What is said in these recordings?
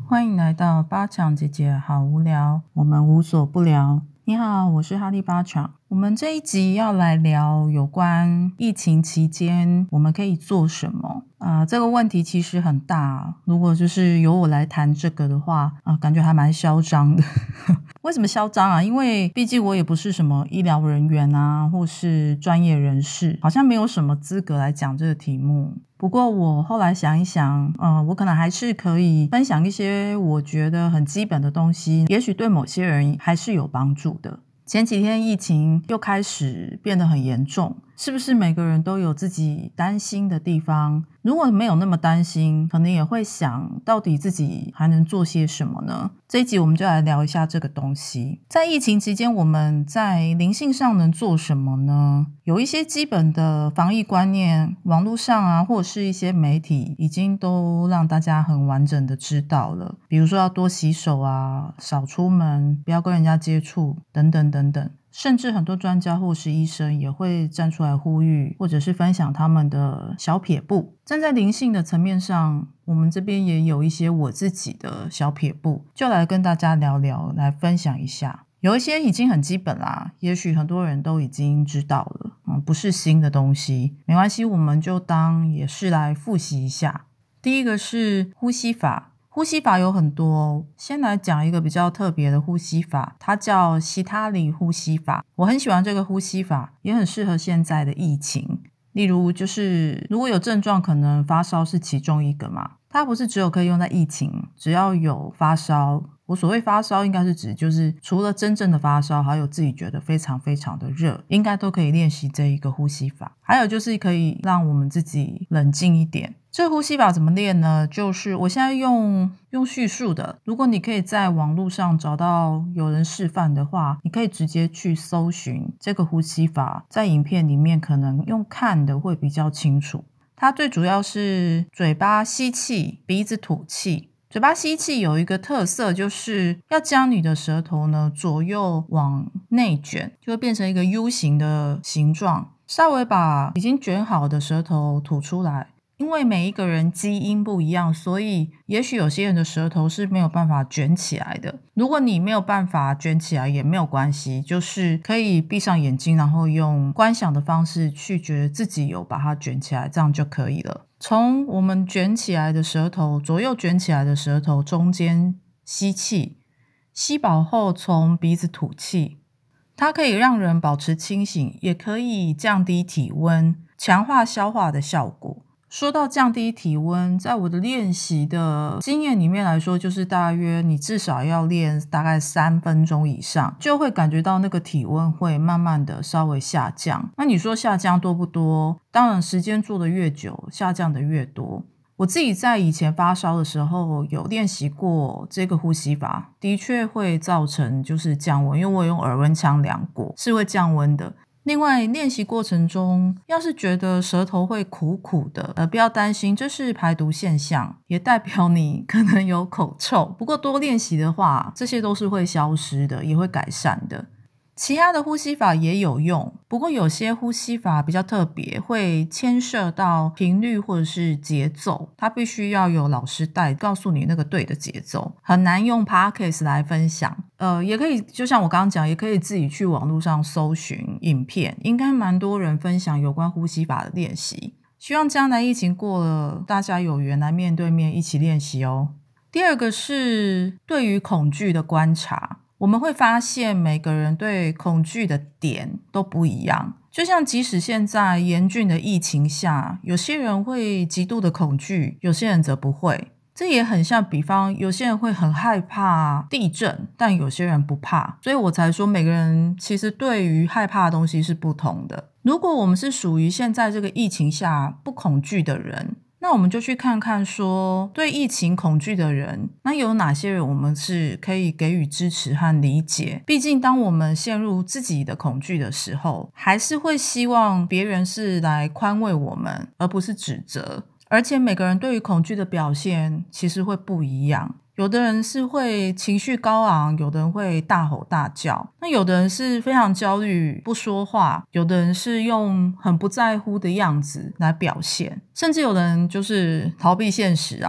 欢迎来到八强姐姐好无聊，我们无所不聊。你好，我是哈利八强。我们这一集要来聊有关疫情期间我们可以做什么。这个问题其实很大，如果就是由我来谈这个的话，感觉还蛮嚣张的。为什么嚣张啊？因为毕竟我也不是什么医疗人员啊，或是专业人士，好像没有什么资格来讲这个题目。不过我后来想一想，我可能还是可以分享一些我觉得很基本的东西，也许对某些人还是有帮助的。前几天疫情又开始变得很严重，是不是每个人都有自己担心的地方？如果没有那么担心，可能也会想到底自己还能做些什么呢？这一集我们就来聊一下这个东西。在疫情期间，我们在灵性上能做什么呢？有一些基本的防疫观念，网络上啊，或者是一些媒体已经都让大家很完整的知道了。比如说要多洗手啊，少出门，不要跟人家接触，等等等等。甚至很多专家或是医生也会站出来呼吁，或者是分享他们的小撇步。站在灵性的层面上，我们这边也有一些我自己的小撇步，就来跟大家聊聊，来分享一下。有一些已经很基本啦，也许很多人都已经知道了，不是新的东西，没关系，我们就当也是来复习一下。第一个是呼吸法。呼吸法有很多，先来讲一个比较特别的呼吸法，它叫希塔里呼吸法。我很喜欢这个呼吸法，也很适合现在的疫情。例如就是如果有症状，可能发烧是其中一个嘛，它不是只有可以用在疫情，只要有发烧，我所谓发烧应该是指就是除了真正的发烧，还有自己觉得非常非常的热，应该都可以练习这一个呼吸法。还有就是可以让我们自己冷静一点。这呼吸法怎么练呢？就是我现在用叙述的，如果你可以在网络上找到有人示范的话，你可以直接去搜寻这个呼吸法，在影片里面可能用看的会比较清楚。它最主要是嘴巴吸气，鼻子吐气。嘴巴吸气有一个特色，就是要将你的舌头呢左右往内卷，就会变成一个 U 型的形状，稍微把已经卷好的舌头吐出来。因为每一个人基因不一样，所以也许有些人的舌头是没有办法卷起来的。如果你没有办法卷起来也没有关系，就是可以闭上眼睛，然后用观想的方式去觉得自己有把它卷起来，这样就可以了。从我们卷起来的舌头，左右卷起来的舌头中间吸气，吸饱后从鼻子吐气。它可以让人保持清醒，也可以降低体温，强化消化的效果。说到降低体温，在我的练习的经验里面来说，就是大约你至少要练大概3分钟以上，就会感觉到那个体温会慢慢的稍微下降。那你说下降多不多？当然时间做的越久，下降的越多。我自己在以前发烧的时候有练习过这个呼吸法，的确会造成就是降温，因为我用耳温枪量过，是会降温的。另外练习过程中，要是觉得舌头会苦苦的，不要担心，这是排毒现象，也代表你可能有口臭。不过多练习的话，这些都是会消失的，也会改善的。其他的呼吸法也有用，不过有些呼吸法比较特别，会牵涉到频率或者是节奏，它必须要有老师带，告诉你那个对的节奏，很难用 podcast 来分享。也可以就像我刚刚讲，也可以自己去网络上搜寻影片，应该蛮多人分享有关呼吸法的练习。希望将来疫情过了，大家有缘来面对面一起练习哦。第二个是对于恐惧的观察。我们会发现每个人对恐惧的点都不一样，就像即使现在严峻的疫情下，有些人会极度的恐惧，有些人则不会。这也很像比方有些人会很害怕地震，但有些人不怕，所以我才说每个人其实对于害怕的东西是不同的。如果我们是属于现在这个疫情下不恐惧的人，那我们就去看看说对疫情恐惧的人，那有哪些人我们是可以给予支持和理解。毕竟当我们陷入自己的恐惧的时候，还是会希望别人是来宽慰我们，而不是指责。而且每个人对于恐惧的表现其实会不一样，有的人是会情绪高昂，有的人会大吼大叫，那有的人是非常焦虑不说话，有的人是用很不在乎的样子来表现，甚至有的人就是逃避现实啊。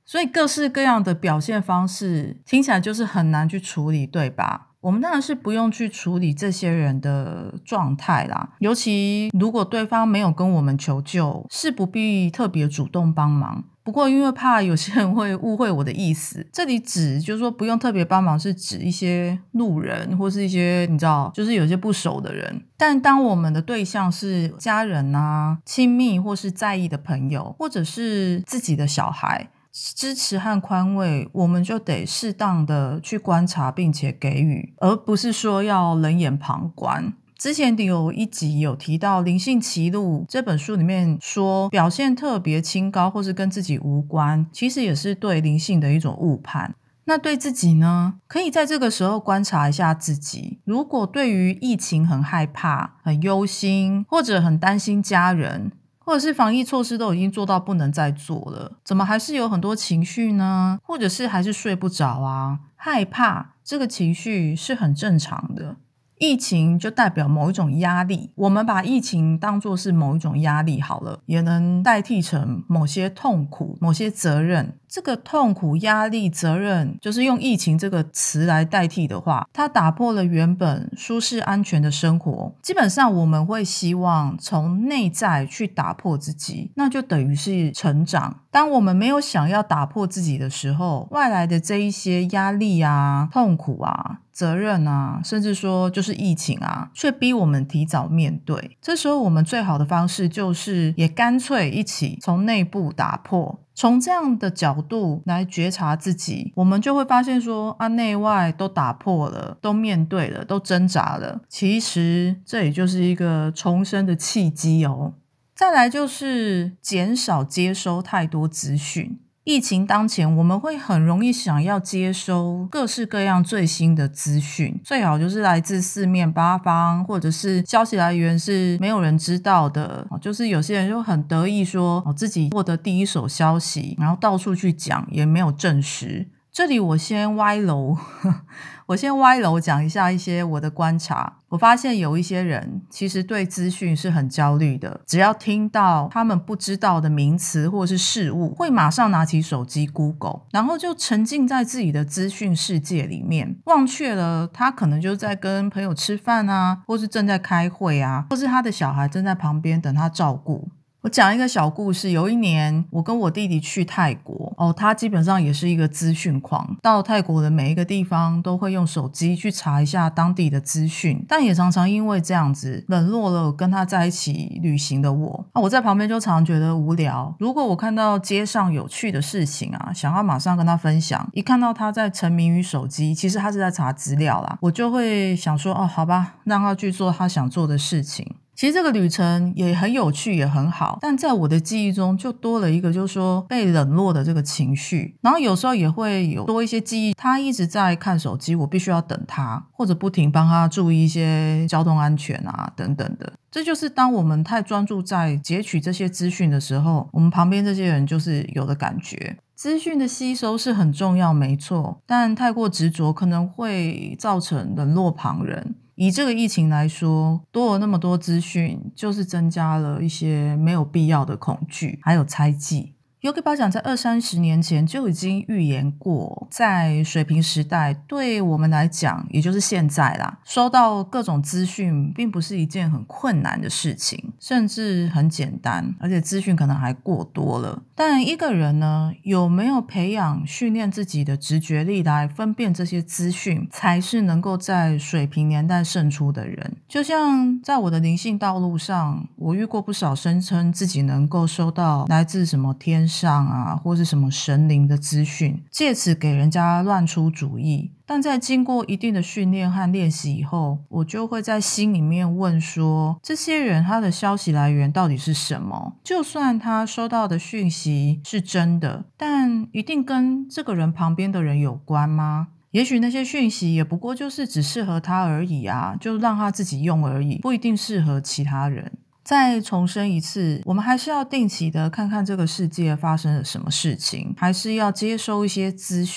所以各式各样的表现方式听起来就是很难去处理，对吧？我们当然是不用去处理这些人的状态啦，尤其如果对方没有跟我们求救，是不必特别主动帮忙。不过因为怕有些人会误会我的意思，这里指就是说不用特别帮忙，是指一些路人或是一些你知道就是有些不熟的人。但当我们的对象是家人啊、亲密或是在意的朋友，或者是自己的小孩，支持和宽慰，我们就得适当的去观察并且给予，而不是说要冷眼旁观。之前有一集有提到《灵性歧路》这本书里面说，表现特别清高或是跟自己无关，其实也是对灵性的一种误判。那对自己呢，可以在这个时候观察一下自己，如果对于疫情很害怕、很忧心，或者很担心家人，或者是防疫措施都已经做到不能再做了，怎么还是有很多情绪呢？或者是还是睡不着啊？害怕这个情绪是很正常的。疫情就代表某一种压力，我们把疫情当作是某一种压力好了，也能代替成某些痛苦、某些责任。这个痛苦、压力、责任，就是用疫情这个词来代替的话，它打破了原本舒适安全的生活。基本上我们会希望从内在去打破自己，那就等于是成长。当我们没有想要打破自己的时候，外来的这一些压力啊、痛苦啊、责任啊，甚至说就是疫情啊，却逼我们提早面对。这时候我们最好的方式就是也干脆一起从内部打破。从这样的角度来觉察自己，我们就会发现说内外都打破了，都面对了，都挣扎了，其实这也就是一个重生的契机哦。再来就是减少接收太多资讯。疫情当前，我们会很容易想要接收各式各样最新的资讯，最好就是来自四面八方，或者是消息来源是没有人知道的，就是有些人就很得意说自己获得第一手消息，然后到处去讲，也没有证实。这里我先歪楼讲一下一些我的观察。我发现有一些人其实对资讯是很焦虑的，只要听到他们不知道的名词或是事物，会马上拿起手机 Google， 然后就沉浸在自己的资讯世界里面，忘却了他可能就在跟朋友吃饭啊，或是正在开会啊，或是他的小孩正在旁边等他照顾。我讲一个小故事，有一年我跟我弟弟去泰国他基本上也是一个资讯狂，到泰国的每一个地方都会用手机去查一下当地的资讯，但也常常因为这样子冷落了跟他在一起旅行的我。我在旁边就常常觉得无聊，如果我看到街上有趣的事情啊，想要马上跟他分享，一看到他在沉迷于手机，其实他是在查资料啦，我就会想说好吧，让他去做他想做的事情。其实这个旅程也很有趣也很好，但在我的记忆中就多了一个就是说被冷落的这个情绪，然后有时候也会有多一些记忆，他一直在看手机，我必须要等他，或者不停帮他注意一些交通安全啊等等的。这就是当我们太专注在截取这些资讯的时候，我们旁边这些人就是有的感觉。资讯的吸收是很重要没错，但太过执着可能会造成冷落旁人。以这个疫情来说，多了那么多资讯，就是增加了一些没有必要的恐惧还有猜忌。Yogi 巴讲在20-30年前就已经预言过，在水瓶时代对我们来讲，也就是现在啦，收到各种资讯并不是一件很困难的事情，甚至很简单，而且资讯可能还过多了。但一个人呢，有没有培养训练自己的直觉力来分辨这些资讯，才是能够在水瓶年代胜出的人。就像在我的灵性道路上，我遇过不少声称自己能够收到来自什么天上啊，或是什么神灵的资讯，借此给人家乱出主意。但在经过一定的训练和练习以后，我就会在心里面问说，这些人他的消息来源到底是什么？就算他收到的讯息是真的，但一定跟这个人旁边的人有关吗？也许那些讯息也不过就是只适合他而已啊，就让他自己用而已，不一定适合其他人。再重申一次，我们还是要定期的看看这个世界发生了什么事情，还是要接收一些资讯，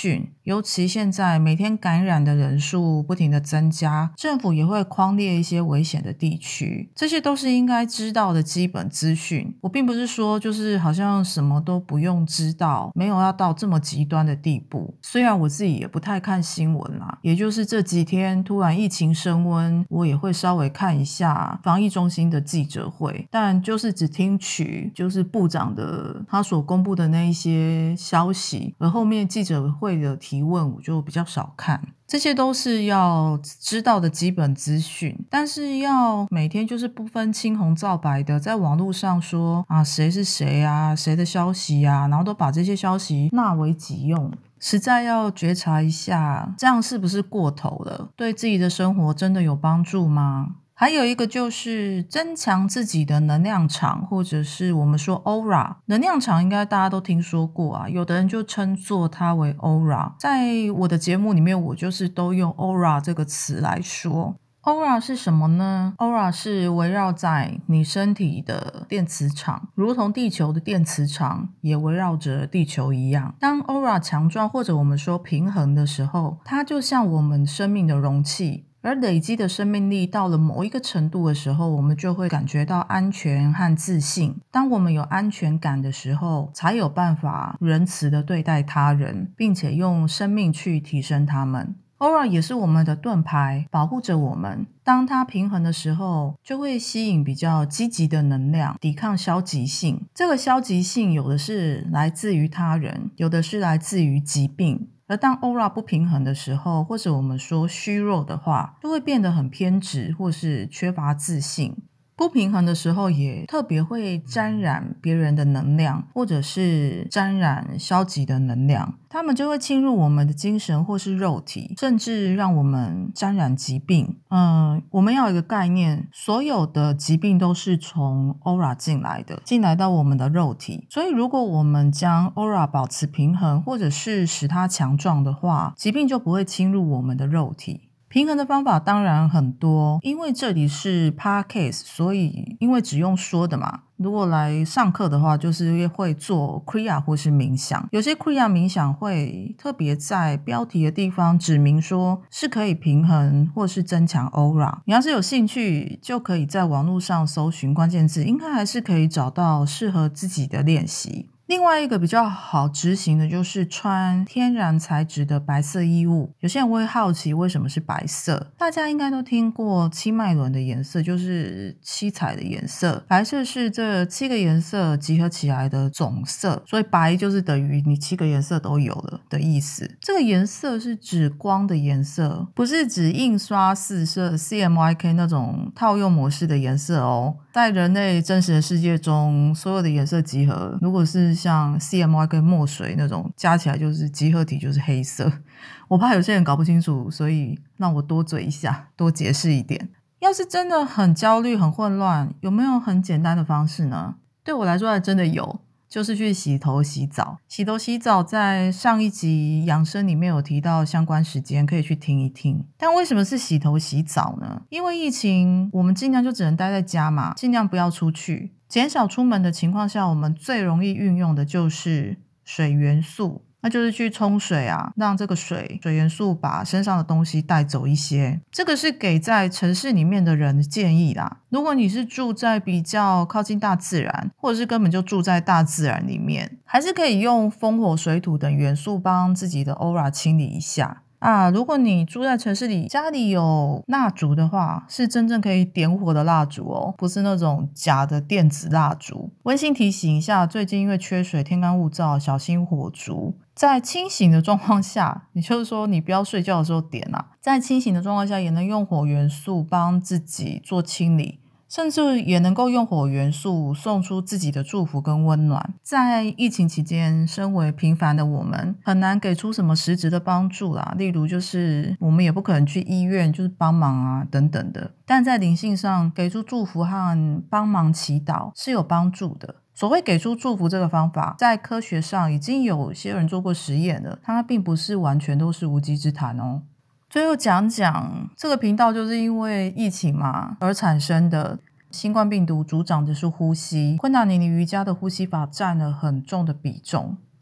尤其现在每天感染的人数不停的增加，政府也会匡列一些危险的地区，这些都是应该知道的基本资讯。我并不是说就是好像什么都不用知道，没有要到这么极端的地步。虽然我自己也不太看新闻啦，也就是这几天突然疫情升温，我也会稍微看一下防疫中心的记者会，但就是只听取就是部长的他所公布的那一些消息，而后面记者会的提问我就比较少看。这些都是要知道的基本资讯，但是要每天就是不分青红皂白的在网络上说啊谁是谁啊，谁的消息啊，然后都把这些消息纳为己用，实在要觉察一下，这样是不是过头了？对自己的生活真的有帮助吗？还有一个就是增强自己的能量场，或者是我们说 aura。 能量场应该大家都听说过啊，有的人就称作它为 aura。 在我的节目里面我就是都用 aura 这个词来说。Aura 是什么呢？ Aura 是围绕在你身体的电磁场，如同地球的电磁场也围绕着地球一样。当 Aura 强壮或者我们说平衡的时候，它就像我们生命的容器，而累积的生命力到了某一个程度的时候，我们就会感觉到安全和自信。当我们有安全感的时候，才有办法仁慈的对待他人，并且用生命去提升他们。Aura 也是我们的盾牌，保护着我们。当它平衡的时候，就会吸引比较积极的能量，抵抗消极性。这个消极性有的是来自于他人，有的是来自于疾病。而当 Aura 不平衡的时候，或者我们说虚弱的话，就会变得很偏执，或是缺乏自信。不平衡的时候也特别会沾染别人的能量，或者是沾染消极的能量，他们就会侵入我们的精神或是肉体，甚至让我们沾染疾病。我们要有一个概念，所有的疾病都是从 Aura 进来的，进来到我们的肉体。所以如果我们将 Aura 保持平衡，或者是使它强壮的话，疾病就不会侵入我们的肉体。平衡的方法当然很多，因为这里是 podcast， 所以因为只用说的嘛，如果来上课的话就是会做 Kriya 或是冥想。有些 Kriya 冥想会特别在标题的地方指明说是可以平衡或是增强 Aura。 你要是有兴趣就可以在网络上搜寻关键字，应该还是可以找到适合自己的练习。另外一个比较好执行的就是穿天然材质的白色衣物。有些人会好奇为什么是白色，大家应该都听过七脉轮的颜色，就是七彩的颜色。白色是这7个颜色集合起来的总色，所以白就是等于你7个颜色都有了的意思。这个颜色是指光的颜色，不是指印刷四色 CMYK 那种套用模式的颜色哦。在人类真实的世界中，所有的颜色集合，如果是像 CMYK 墨水那种加起来就是集合体就是黑色。我怕有些人搞不清楚，所以让我多嘴一下，多解释一点。要是真的很焦虑很混乱，有没有很简单的方式呢？对我来说还真的有，就是去洗头洗澡。洗头洗澡在上一集养生里面有提到相关时间，可以去听一听。但为什么是洗头洗澡呢？因为疫情我们尽量就只能待在家嘛，尽量不要出去，减少出门的情况下，我们最容易运用的就是水元素，那就是去冲水啊，让这个水元素把身上的东西带走一些。这个是给在城市里面的人的建议啦。如果你是住在比较靠近大自然，或者是根本就住在大自然里面，还是可以用风火水土等元素帮自己的 aura 清理一下。如果你住在城市里，家里有蜡烛的话，是真正可以点火的蜡烛哦，不是那种假的电子蜡烛。温馨提醒一下，最近因为缺水，天干物燥，小心火烛。在清醒的状况下，也就是说你不要睡觉的时候点在清醒的状况下也能用火元素帮自己做清理，甚至也能够用火元素送出自己的祝福跟温暖。在疫情期间，身为平凡的我们很难给出什么实质的帮助啦，例如就是我们也不可能去医院就是帮忙等等的，但在灵性上给出祝福和帮忙祈祷是有帮助的。所谓给出祝福这个方法，在科学上已经有些人做过实验了，它并不是完全都是无稽之谈哦。最后讲讲这个频道就是因为疫情嘛而产生的。新冠病毒主掌的是呼吸，昆达尼尼瑜伽的呼吸法占了很重的比重。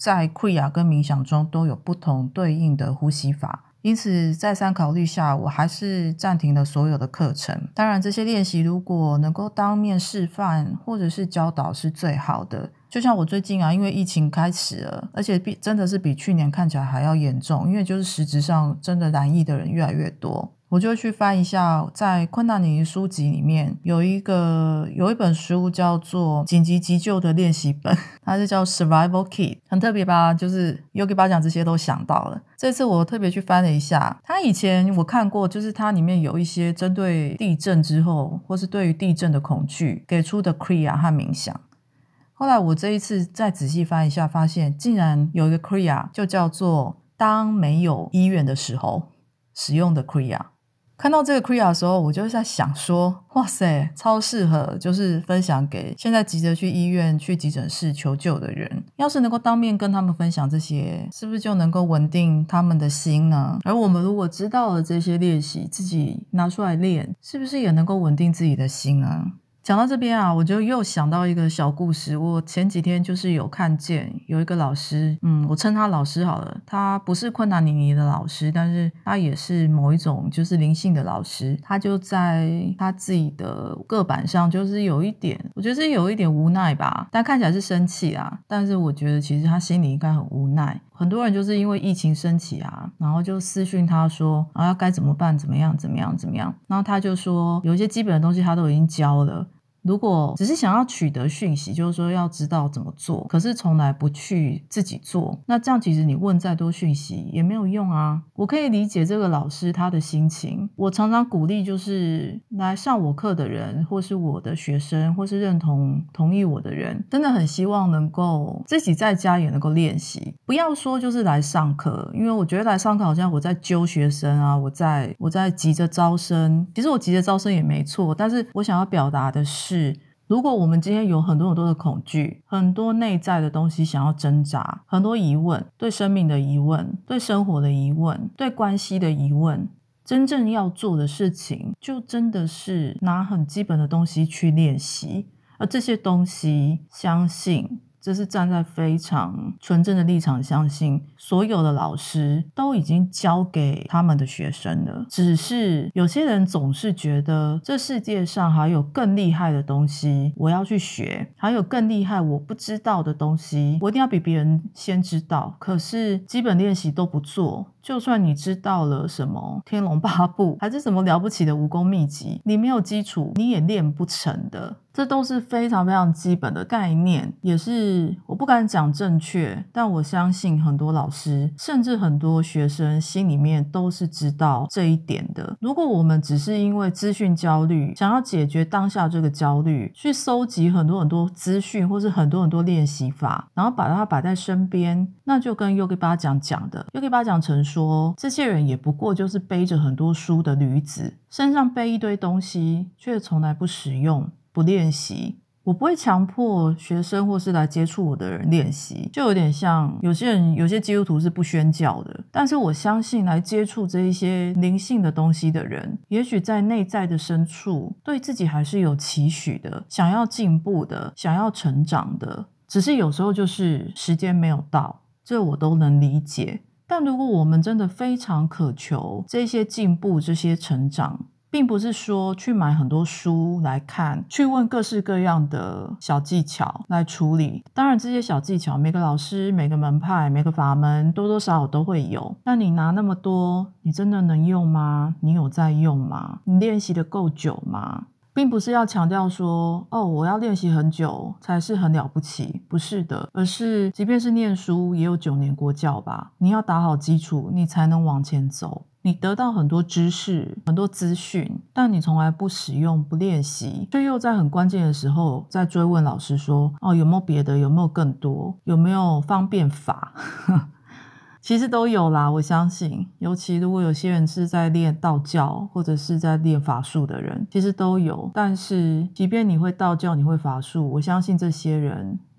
在 Kriya 跟冥想中都有不同对应的呼吸法，因此再三考虑下，我还是暂停了所有的课程。当然这些练习如果能够当面示范或者是教导是最好的。就像我最近因为疫情开始了，而且真的是比去年看起来还要严重，因为就是实质上真的染疫的人越来越多，我就去翻一下在昆达尼书籍里面有一本书叫做紧急急救的练习本，它是叫 Survival Kit， 很特别吧，就是 Yogi 巴讲这些都想到了。这次我特别去翻了一下，它以前我看过，就是它里面有一些针对地震之后或是对于地震的恐惧给出的 Kriya 和冥想。后来我这一次再仔细翻一下，发现竟然有一个 Kriya 就叫做当没有医院的时候使用的 Kriya。看到这个 Kriya 的时候，我就在想说，哇塞，超适合就是分享给现在急着去医院去急诊室求救的人。要是能够当面跟他们分享这些，是不是就能够稳定他们的心呢？而我们如果知道了这些练习，自己拿出来练，是不是也能够稳定自己的心呢？讲到这边我就又想到一个小故事。我前几天就是有看见有一个老师，我称他老师好了，他不是昆达尼尼的老师，但是他也是某一种就是灵性的老师。他就在他自己的个板上就是有一点，我觉得是有一点无奈吧，但看起来是生气但是我觉得其实他心里应该很无奈。很多人就是因为疫情升起然后就私讯他说要该怎么办，怎么样怎么样怎么样，然后他就说有一些基本的东西他都已经教了，如果只是想要取得讯息，就是说要知道怎么做，可是从来不去自己做，那这样其实你问再多讯息也没有用我可以理解这个老师他的心情。我常常鼓励就是来上我课的人，或是我的学生，或是同意我的人，真的很希望能够自己在家也能够练习，不要说就是来上课，因为我觉得来上课好像我在揪学生我在急着招生。其实我急着招生也没错，但是我想要表达的是，如果我们今天有很多很多的恐惧，很多内在的东西想要挣扎，很多疑问，对生命的疑问，对生活的疑问，对关系的疑问，真正要做的事情就真的是拿很基本的东西去练习。而这些东西相信，这是站在非常纯正的立场，相信所有的老师都已经教给他们的学生了，只是有些人总是觉得这世界上还有更厉害的东西我要去学，还有更厉害我不知道的东西我一定要比别人先知道，可是基本练习都不做，就算你知道了什么天龙八部还是什么了不起的武功秘籍，你没有基础你也练不成的。这都是非常非常基本的概念，也是我不敢讲正确，但我相信很多老师甚至很多学生心里面都是知道这一点的。如果我们只是因为资讯焦虑，想要解决当下这个焦虑，去搜集很多很多资讯或是很多很多练习法，然后把它摆在身边，那就跟 Yogi 巴讲的 Yogi 巴讲曾说，这些人也不过就是背着很多书的驴子，身上背一堆东西却从来不使用不练习。我不会强迫学生或是来接触我的人练习，就有点像有些基督徒是不宣教的，但是我相信来接触这一些灵性的东西的人，也许在内在的深处对自己还是有期许的，想要进步的，想要成长的，只是有时候就是时间没有到，这我都能理解。但如果我们真的非常渴求这些进步，这些成长，并不是说去买很多书来看，去问各式各样的小技巧来处理。当然这些小技巧每个老师每个门派每个法门多多少少都会有，但你拿那么多，你真的能用吗？你有在用吗？你练习的够久吗？并不是要强调说我要练习很久才是很了不起，不是的，而是即便是念书也有9年国教吧，你要打好基础你才能往前走。你得到很多知识很多资讯，但你从来不使用不练习，却又在很关键的时候在追问老师说有没有别的，有没有更多，有没有方便法其实都有啦，我相信尤其如果有些人是在练道教或者是在练法术的人，其实都有。但是即便你会道教你会法术，我相信这些人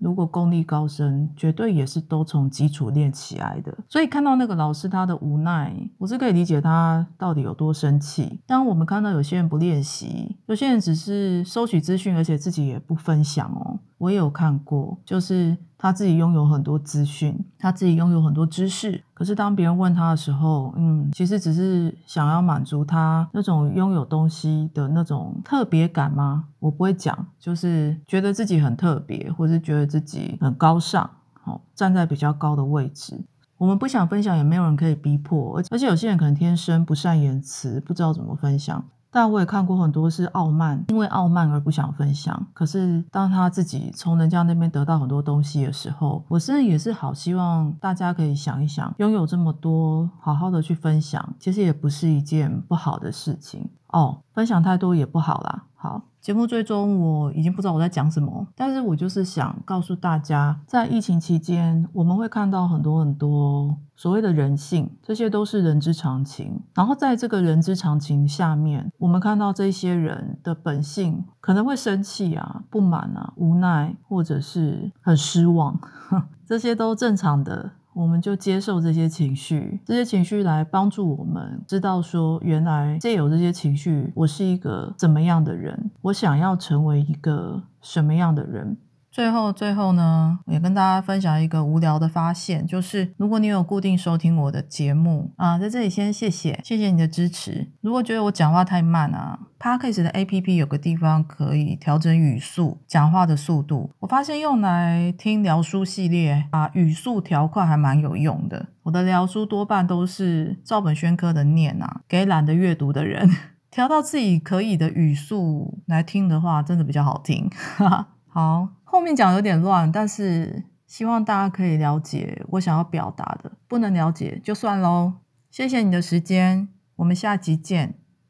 如果功力高深，绝对也是都从基础练起来的。所以看到那个老师他的无奈，我是可以理解他到底有多生气。当我们看到有些人不练习，有些人只是收取资讯，而且自己也不分享哦。我也有看过，就是他自己拥有很多资讯，他自己拥有很多知识，可是当别人问他的时候，其实只是想要满足他那种拥有东西的那种特别感吗？我不会讲，就是觉得自己很特别，或是觉得自己很高尚，站在比较高的位置。我们不想分享，也没有人可以逼迫，而且有些人可能天生不善言辞，不知道怎么分享。但我也看过很多是傲慢，因为傲慢而不想分享。可是当他自己从人家那边得到很多东西的时候，我真的也是好希望大家可以想一想，拥有这么多，好好的去分享，其实也不是一件不好的事情分享太多也不好啦。好，节目最终我已经不知道我在讲什么，但是我就是想告诉大家，在疫情期间我们会看到很多所谓的人性，这些都是人之常情。然后在这个人之常情下面，我们看到这些人的本性可能会生气啊、不满啊、无奈，或者是很失望这些都正常的，我们就接受这些情绪，这些情绪来帮助我们知道说，原来藉由这些情绪，我是一个怎么样的人，我想要成为一个什么样的人。最后呢，我也跟大家分享一个无聊的发现，就是如果你有固定收听我的节目在这里先谢谢你的支持。如果觉得我讲话太慢Podcast 的 APP 有个地方可以调整语速，讲话的速度。我发现用来听聊书系列，把语速调快还蛮有用的。我的聊书多半都是照本宣科的念给懒得阅读的人调到自己可以的语速来听的话，真的比较好听好，后面讲有点乱，但是希望大家可以了解我想要表达的，不能了解就算咯。谢谢你的时间，我们下集见。